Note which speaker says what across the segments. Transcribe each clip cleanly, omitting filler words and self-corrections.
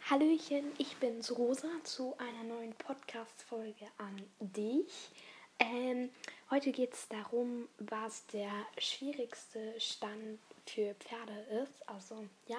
Speaker 1: Hallöchen, ich bin's Rosa zu einer neuen Podcast-Folge an dich. Heute geht es darum, was der schwierigste Stand für Pferde ist. Also, ja.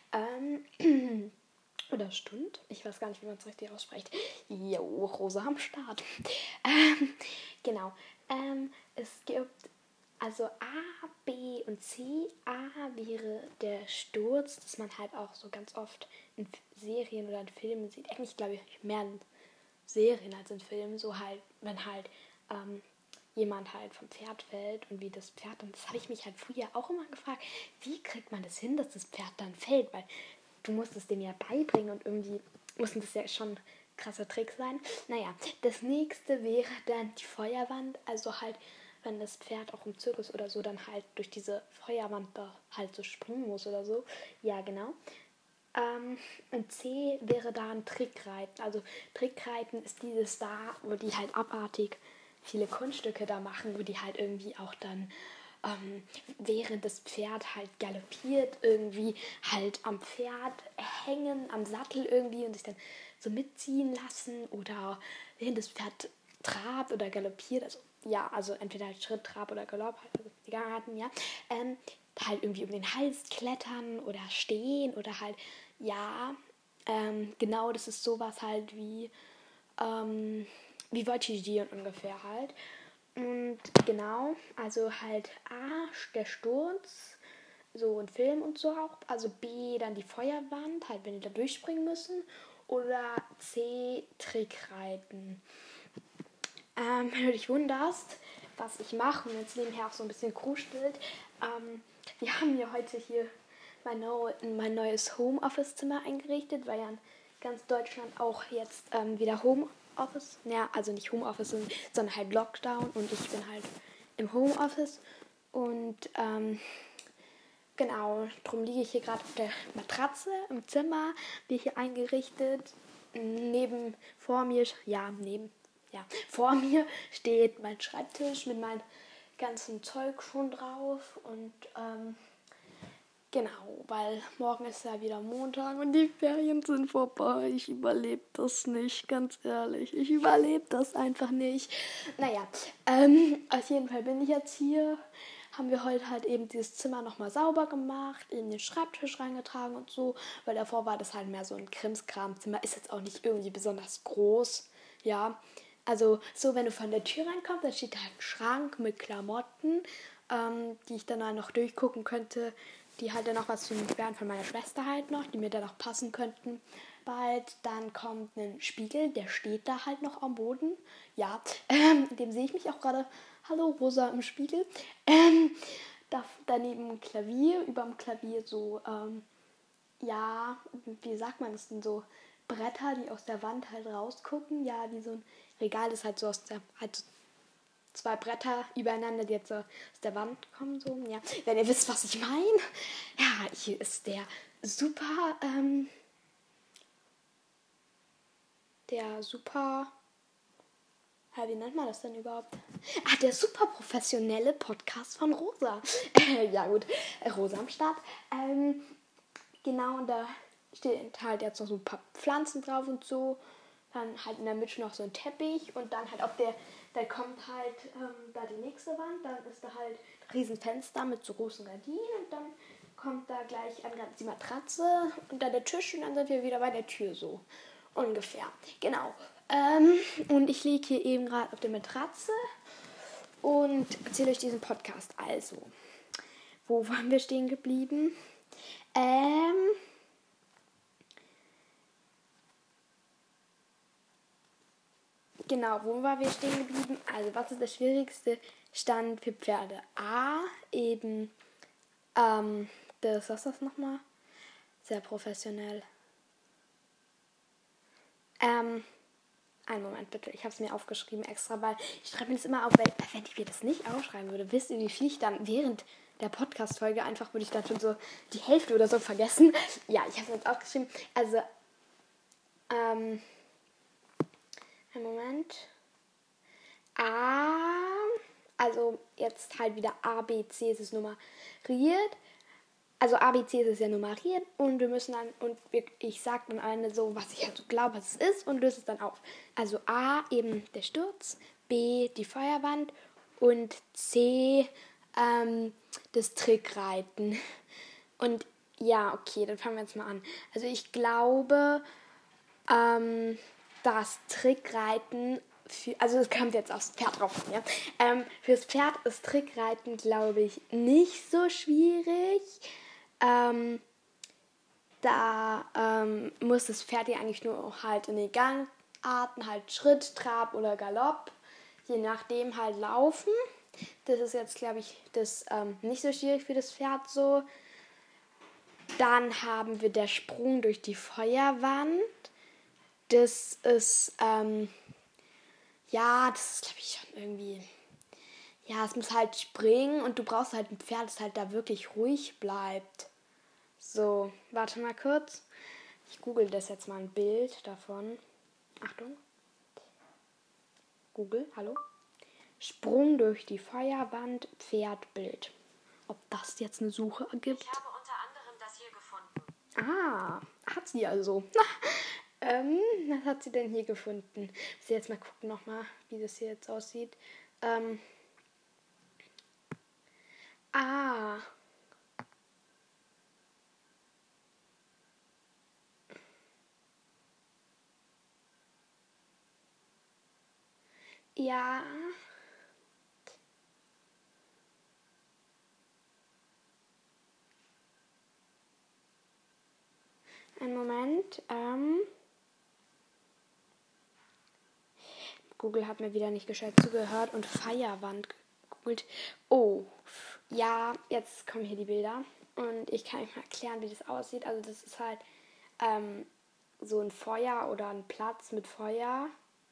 Speaker 1: Oder Stund. Ich weiß gar nicht, wie man es richtig ausspricht. Jo, Rosa am Start. Genau. Es gibt also A, B und C. A wäre der Sturz, dass man halt auch so ganz oft in Serien oder in Filmen sieht. Eigentlich glaube ich mehr in Serien als in Filmen. So halt, wenn halt jemand halt vom Pferd fällt und wie das Pferd dann, das habe ich mich halt früher auch immer gefragt, wie kriegt man das hin, dass das Pferd dann fällt? Weil du musst es dem ja beibringen und irgendwie mussten das ja schon krasser Trick sein. Naja, das nächste wäre dann die Feuerwand, also halt wenn das Pferd auch im Zirkus oder so dann halt durch diese Feuerwand da halt so springen muss oder so. Ja, genau. Und C wäre da ein Trickreiten. Also Trickreiten ist dieses da, wo die halt abartig viele Kunststücke da machen, wo die halt irgendwie auch dann während das Pferd halt galoppiert, irgendwie halt am Pferd hängen, am Sattel irgendwie und sich dann so mitziehen lassen oder während das Pferd trabt oder galoppiert, also entweder halt Schritt, Trab oder Galopp, also die Gangarten, ja, halt irgendwie um den Hals klettern oder stehen oder halt, ja, genau, das ist sowas halt wie Voltigieren ungefähr halt. Und genau, also halt A, der Sturz, so ein Film und so auch. Also B, dann die Feuerwand, halt wenn die da durchspringen müssen. Oder C, Trickreiten. Wenn du dich wunderst, was ich mache und jetzt nebenher auch so ein bisschen krustelt, wir haben mir heute hier mein neues Homeoffice-Zimmer eingerichtet, weil ja in ganz Deutschland auch jetzt wieder Homeoffice, also nicht Homeoffice, sondern halt Lockdown und ich bin halt im Homeoffice und genau, darum liege ich hier gerade auf der Matratze im Zimmer, bin hier eingerichtet, vor mir steht mein Schreibtisch mit meinem ganzen Zeug schon drauf und genau, weil morgen ist ja wieder Montag und die Ferien sind vorbei. Ich überlebe das nicht, ganz ehrlich. Ich überlebe das einfach nicht. Naja, auf jeden Fall bin ich jetzt hier. Haben wir heute halt eben dieses Zimmer nochmal sauber gemacht, in den Schreibtisch reingetragen und so, weil davor war das halt mehr so ein Krimskram-Zimmer. Ist jetzt auch nicht irgendwie besonders groß, ja. Also so, wenn du von der Tür reinkommst, dann steht da halt ein Schrank mit Klamotten, die ich dann noch durchgucken könnte, die halt dann noch was für mich wären von meiner Schwester halt noch, die mir dann auch passen könnten. Bald dann kommt ein Spiegel, der steht da halt noch am Boden. Ja, dem sehe ich mich auch gerade. Hallo, Rosa im Spiegel. Daneben ein Klavier, über dem Klavier so, wie sagt man das denn so? Bretter, die aus der Wand halt rausgucken. Ja, wie so ein Regal, das halt so halt so zwei Bretter übereinander, die jetzt so aus der Wand kommen. So. Ja, wenn ihr wisst, was ich meine. Ja, hier ist der super, wie nennt man das denn überhaupt? Der super professionelle Podcast von Rosa. Ja gut, Rosa am Start. Genau, und da steht halt jetzt noch so ein paar Pflanzen drauf und so. Dann halt in der Mitte noch so ein Teppich und dann halt da kommt halt da die nächste Wand, dann ist da halt ein Riesenfenster mit so großen Gardinen und dann kommt da gleich an die Matratze und dann der Tisch und dann sind wir wieder bei der Tür so ungefähr. Genau. Und ich liege hier eben gerade auf der Matratze und erzähle euch diesen Podcast. Also, wo waren wir stehen geblieben? Genau, wo waren wir stehen geblieben? Also, was ist der schwierigste Stand für Pferde? A, eben, was ist das nochmal? Sehr professionell. Einen Moment bitte, ich habe es mir aufgeschrieben extra, weil ich schreibe mir das immer auf, weil wenn ich mir das nicht aufschreiben würde, wisst ihr, wie viel ich dann während der Podcast-Folge einfach würde ich dann schon so die Hälfte oder so vergessen. Ja, ich habe es mir jetzt aufgeschrieben. Also, einen Moment. Also jetzt halt wieder A, B, C ist es nummeriert. also A, B, C ist es ja nummeriert und wir müssen dann, ich sage dann eine so, was ich halt so glaube, was es ist und löse es dann auf. Also A eben der Sturz, B die Feuerwand und C das Trickreiten. Und ja, okay, dann fangen wir jetzt mal an. Also ich glaube, das Trickreiten, also es kommt jetzt aufs Pferd drauf, ja. Fürs Pferd ist Trickreiten, glaube ich, nicht so schwierig. Da muss das Pferd ja eigentlich nur halt in den Gangarten, halt Schritt, Trab oder Galopp, je nachdem halt laufen. Das ist jetzt, glaube ich, das nicht so schwierig für das Pferd so. Dann haben wir der Sprung durch die Feuerwand. Das ist, das ist, glaube ich, schon irgendwie, ja, es muss halt springen und du brauchst halt ein Pferd, das halt da wirklich ruhig bleibt. So, warte mal kurz. Ich google das jetzt mal ein Bild davon. Achtung. Google, hallo. Sprung durch die Feuerwand, Pferdbild. Ob das jetzt eine Suche ergibt?
Speaker 2: Ich habe unter anderem das hier gefunden.
Speaker 1: Ah, hat sie also. Was hat sie denn hier gefunden? Ich will jetzt mal gucken nochmal, wie das hier jetzt aussieht. Ja. Einen Moment. Google hat mir wieder nicht gescheit zugehört und Feuerwand gegoogelt. Oh, ja, jetzt kommen hier die Bilder und ich kann euch mal erklären, wie das aussieht. Also das ist halt so ein Feuer oder ein Platz mit Feuer,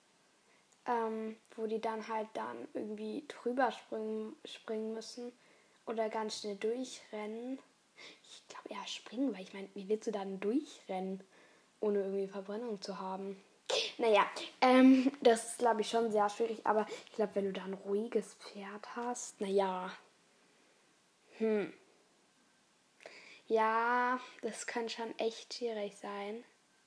Speaker 1: wo die dann halt dann irgendwie drüber springen müssen oder ganz schnell durchrennen. Ich glaube eher springen, weil ich meine, wie willst du dann durchrennen, ohne irgendwie Verbrennung zu haben? Naja, das ist, glaube ich, schon sehr schwierig, aber ich glaube, wenn du da ein ruhiges Pferd hast, naja, ja, das kann schon echt schwierig sein.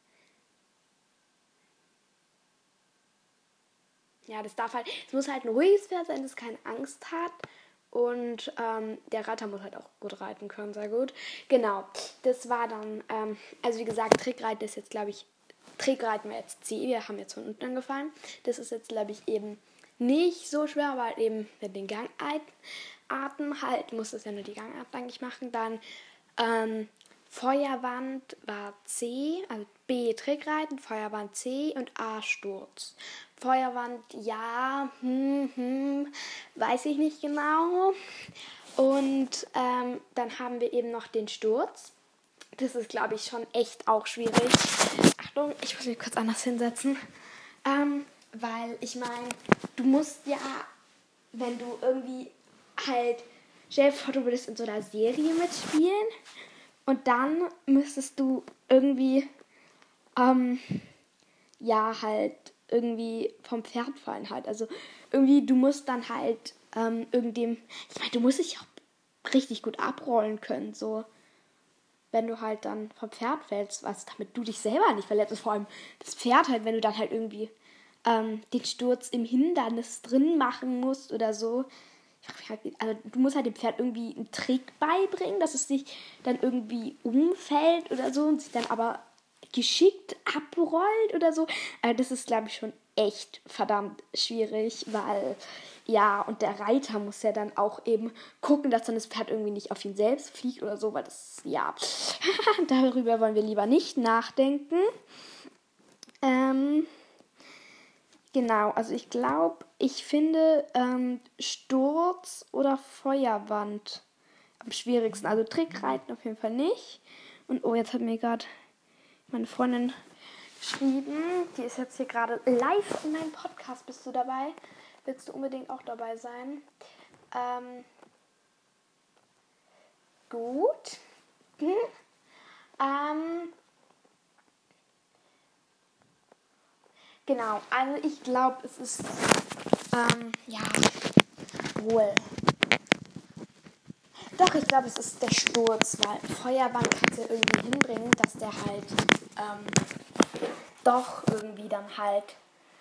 Speaker 1: Ja, es muss halt ein ruhiges Pferd sein, das keine Angst hat. Und der Reiter muss halt auch gut reiten können, sehr gut. Genau, das war dann, also wie gesagt, Trickreiten ist jetzt, glaube ich, Trickreiten war jetzt C, wir haben jetzt von unten angefangen. Das ist jetzt, glaube ich, eben nicht so schwer, weil eben mit den Gangarten halt, muss das ja nur die Gangart eigentlich machen. Dann Feuerwand war C, also B Trickreiten, Feuerwand C und A Sturz. Feuerwand, ja, weiß ich nicht genau. Und dann haben wir eben noch den Sturz. Das ist, glaube ich, schon echt auch schwierig. Achtung, ich muss mich kurz anders hinsetzen. Weil ich meine, du musst ja, wenn du irgendwie halt, stell dir vor, du würdest in so einer Serie mitspielen und dann müsstest du irgendwie, halt irgendwie vom Pferd fallen halt. Also irgendwie, du musst dann halt ich meine, du musst dich auch richtig gut abrollen können, so. Wenn du halt dann vom Pferd fällst, damit du dich selber nicht verletzt. Vor allem das Pferd halt, wenn du dann halt irgendwie den Sturz im Hindernis drin machen musst oder so. Also du musst halt dem Pferd irgendwie einen Trick beibringen, dass es sich dann irgendwie umfällt oder so und sich dann aber geschickt abrollt oder so. Also das ist, glaube ich, schon echt verdammt schwierig, weil und der Reiter muss ja dann auch eben gucken, dass dann das Pferd irgendwie nicht auf ihn selbst fliegt oder so, weil das, darüber wollen wir lieber nicht nachdenken. Genau, also ich finde Sturz oder Feuerwand am schwierigsten. Also Trickreiten auf jeden Fall nicht. Und jetzt hat mir gerade meine Freundin geschrieben, die ist jetzt hier gerade live in meinem Podcast. Bist du dabei? Willst du unbedingt auch dabei sein? Gut. Genau, also ich glaube, es ist, wohl. Doch, Doch, ich glaube, es ist der Sturz, weil Feuerball kannst du ja irgendwie hinbringen, dass der halt doch irgendwie dann halt,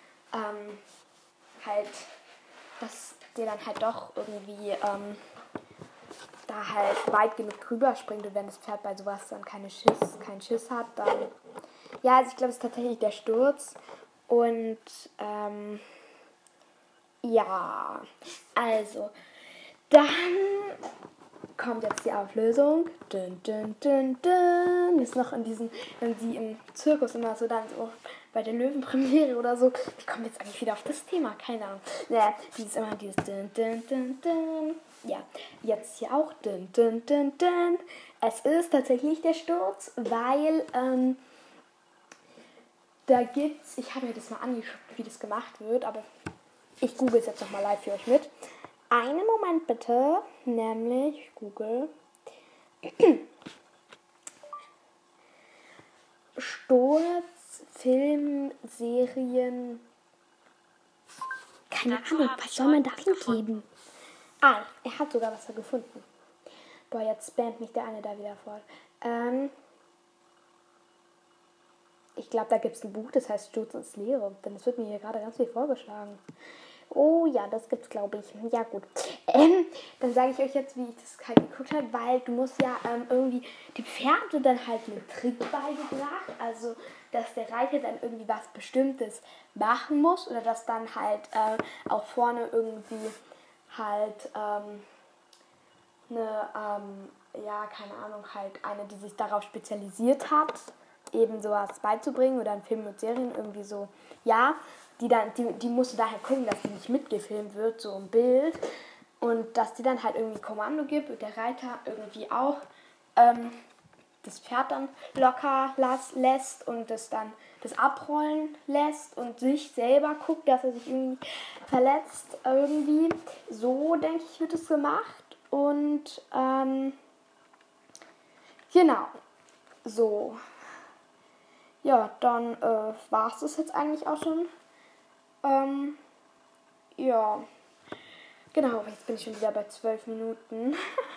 Speaker 1: dass der dann halt doch irgendwie da halt weit genug drüber springt und wenn das Pferd bei sowas dann keinen Schiss hat, dann... Ja, also ich glaube, es ist tatsächlich der Sturz und ja, also dann kommt jetzt die Auflösung. Dun, dun, dun, dun. Ist noch in diesen, wenn sie im Zirkus immer so dann so bei der Löwenpremiere oder so. Ich komme jetzt eigentlich wieder auf das Thema, keine Ahnung. Ja, dieses dun, dun, dun, dun. Ja, jetzt hier auch dun, dun, dun, dun. Es ist tatsächlich der Sturz, weil da gibt's, ich habe mir das mal angeschaut, wie das gemacht wird, aber ich google es jetzt nochmal live für euch mit. Einen Moment bitte, nämlich Google. Sturz, Film, Serien. Keine Ahnung, was soll man da eingeben? Ah, er hat sogar was da gefunden. Boah, jetzt spammt mich der eine da wieder voll. Ich glaube, da gibt es ein Buch, das heißt Sturz ins Leere. Denn es wird mir hier gerade ganz viel vorgeschlagen. Oh ja, das gibt's, glaube ich. Ja, gut. Dann sage ich euch jetzt, wie ich das halt geguckt habe, weil du musst ja irgendwie die Pferde dann halt einen Trick beigebracht. Also, dass der Reiter dann irgendwie was Bestimmtes machen muss oder dass dann halt auch vorne irgendwie halt ja, keine Ahnung, halt eine, die sich darauf spezialisiert hat, eben sowas beizubringen oder in Filmen und Serien irgendwie so, ja, die musste daher gucken, dass die nicht mitgefilmt wird, so im Bild und dass die dann halt irgendwie Kommando gibt und der Reiter irgendwie auch das Pferd dann locker lässt und das abrollen lässt und sich selber guckt, dass er sich irgendwie verletzt irgendwie. So, denke ich, wird es gemacht und genau, so. Ja, dann war es das jetzt eigentlich auch schon. Ja, genau, jetzt bin ich schon wieder bei 12 Minuten.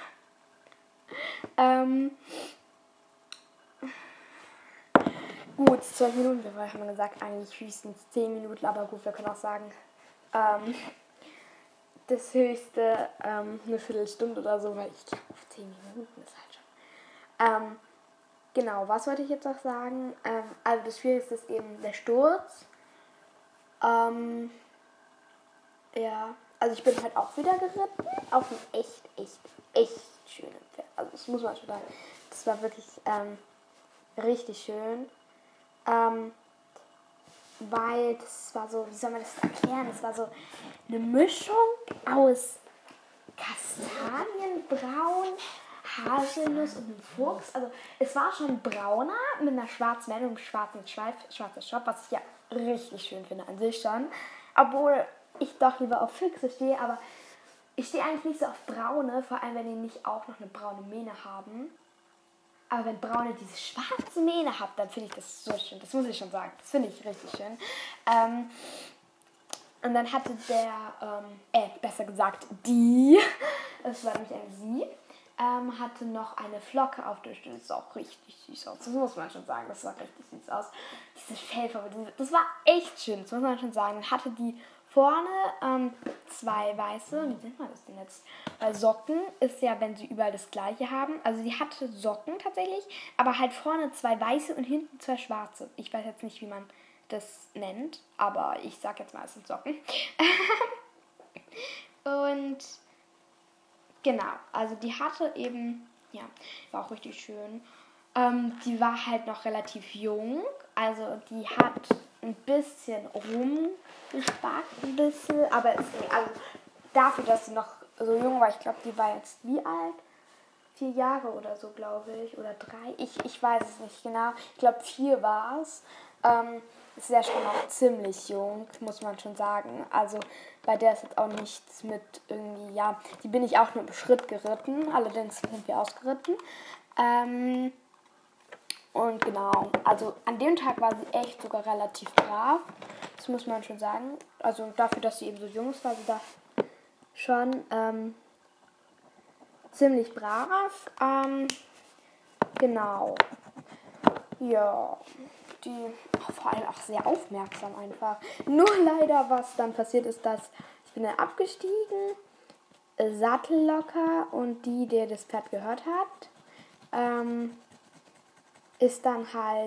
Speaker 1: Gut, 12 Minuten, wir haben gesagt, eigentlich höchstens 10 Minuten, aber gut, wir können auch sagen, das höchste eine Viertelstunde oder so, weil ich glaube, 10 Minuten ist halt schon. Genau, was wollte ich jetzt noch sagen? Also das Schwierigste ist eben der Sturz. Ja, also ich bin halt auch wieder geritten auf einem echt schönen Pferd. Also das muss man schon sagen. Das war wirklich richtig schön. Weil das war so, wie soll man das erklären? Das war so eine Mischung aus Kastanienbraun, Haselnuss und einem Fuchs. Also es war schon brauner mit einer schwarzen Mähne und einem schwarzen Schopf, was ich ja richtig schön finde an sich schon. Obwohl ich doch lieber auf Füchse stehe, aber ich stehe eigentlich nicht so auf braune, vor allem wenn die nicht auch noch eine braune Mähne haben. Aber wenn braune diese schwarze Mähne hat, dann finde ich das so schön. Das muss ich schon sagen. Das finde ich richtig schön. Und dann hatte besser gesagt, das war nämlich eine sie, hatte noch eine Flocke auf der Stirn. Das sah auch richtig süß aus. Das muss man schon sagen. Das sah richtig süß aus. Diese Fellfarbe, das war echt schön. Das muss man schon sagen. Dann hatte die vorne zwei weiße, wie nennt man das denn jetzt? Weil Socken ist ja, wenn sie überall das gleiche haben. Also sie hatte Socken tatsächlich, aber halt vorne zwei weiße und hinten zwei schwarze. Ich weiß jetzt nicht, wie man das nennt, aber ich sag jetzt mal, es sind Socken. Und genau, also die hatte eben, ja, war auch richtig schön. Die war halt noch relativ jung, also die hat ein bisschen rumgespackt, ein bisschen, aber also dafür, dass sie noch so jung war, ich glaube, die war jetzt wie alt? 4 Jahre oder so, glaube ich, oder 3. Ich weiß es nicht genau. Ich glaube, 4 war es. Ist ja schon noch ziemlich jung, muss man schon sagen. Also bei der ist jetzt auch nichts mit irgendwie, ja, die bin ich auch nur im Schritt geritten, allerdings sind wir ausgeritten. Und genau, also an dem Tag war sie echt sogar relativ brav, das muss man schon sagen. Also dafür, dass sie eben so jung ist, war sie da schon ziemlich brav. Genau. Ja, die vor allem auch sehr aufmerksam einfach. Nur leider, was dann passiert ist, dass ich bin dann abgestiegen, Sattel locker und die, der das Pferd gehört hat, ist dann halt,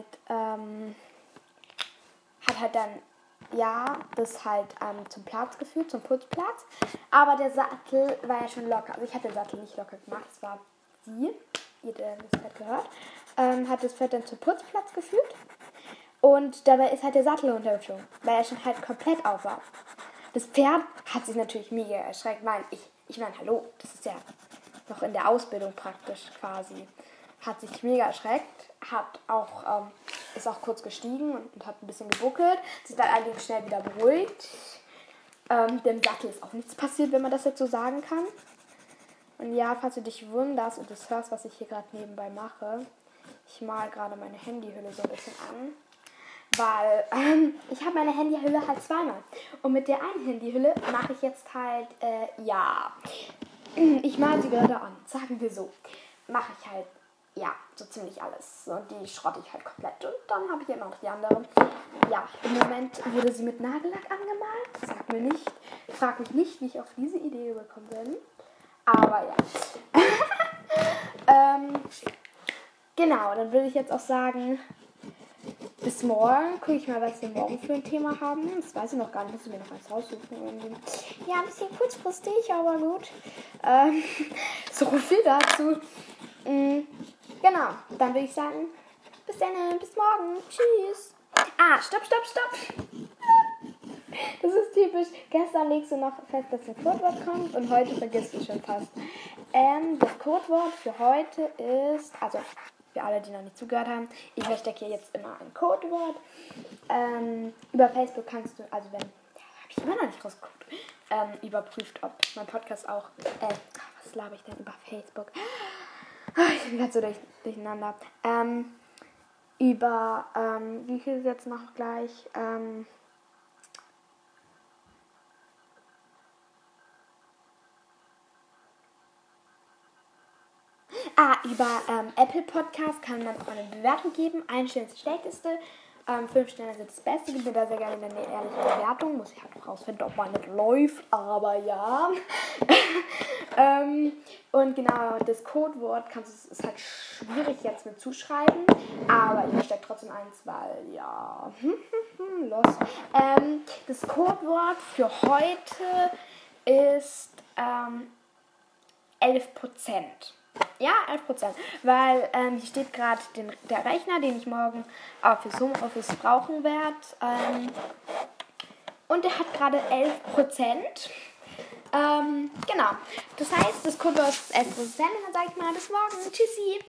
Speaker 1: hat halt dann, ja, das halt zum Platz geführt, zum Putzplatz. Aber der Sattel war ja schon locker. Also ich hatte den Sattel nicht locker gemacht, es war sie, der das Pferd gehört, hat das Pferd dann zum Putzplatz geführt. Und dabei ist halt der Sattel runtergeflogen, weil er schon halt komplett auf war. Das Pferd hat sich natürlich mega erschreckt. Ich meine, hallo, das ist ja noch in der Ausbildung praktisch quasi. Hat sich mega erschreckt, ist auch kurz gestiegen und hat ein bisschen gebuckelt, sich dann allerdings schnell wieder beruhigt. Dem Sattel ist auch nichts passiert, wenn man das jetzt so sagen kann. Und ja, falls du dich wunderst und das hörst, was ich hier gerade nebenbei mache, ich mal gerade meine Handyhülle so ein bisschen an. Weil ich habe meine Handyhülle halt zweimal. Und mit der einen Handyhülle mache ich jetzt halt, ich male sie gerade an, sagen wir so. Mache ich halt, ja, so ziemlich alles. Und die schrotte ich halt komplett. Und dann habe ich immer noch die andere. Ja, im Moment wurde sie mit Nagellack angemalt. Frag mich nicht, wie ich auf diese Idee gekommen bin. Aber ja. Genau, dann würde ich jetzt auch sagen, bis morgen. Gucke ich mal, was wir morgen für ein Thema haben. Das weiß ich noch gar nicht. Muss ich mir noch eins raussuchen. Irgendwie. Ja, ein bisschen kurzfristig, aber gut. So viel dazu. Genau, dann würde ich sagen, bis dann, bis morgen. Tschüss. Stopp. Das ist typisch. Gestern legst du noch fest, dass ein Codewort kommt und heute vergisst du schon fast. Das Codewort für heute ist, also für alle, die noch nicht zugehört haben, ich verstecke hier jetzt immer ein Codewort. Über Facebook kannst du, also wenn, habe ich immer noch nicht rausgeguckt, überprüft, ob mein Podcast auch, was laber ich denn über Facebook? Ich bin gerade so durcheinander. Wie viel ist jetzt noch gleich? Über Apple Podcast kann man auch eine Bewertung geben. 1 Stern ist das Schlechteste, 5 Sterne sind das Beste. Gib mir da sehr gerne eine ehrliche Bewertung. Muss ich halt noch rausfinden, ob man nicht läuft, aber ja. Und genau, das Codewort ist halt schwierig jetzt mit zuschreiben, aber ich verstecke trotzdem eins, weil ja, los. Das Codewort für heute ist 11%. Ja, 11%. Weil hier steht gerade der Rechner, den ich morgen auch fürs Homeoffice brauchen werde. Und der hat gerade 11%. Genau. Das heißt, das Codewort ist 11%. Und dann sage ich mal bis morgen. Tschüssi.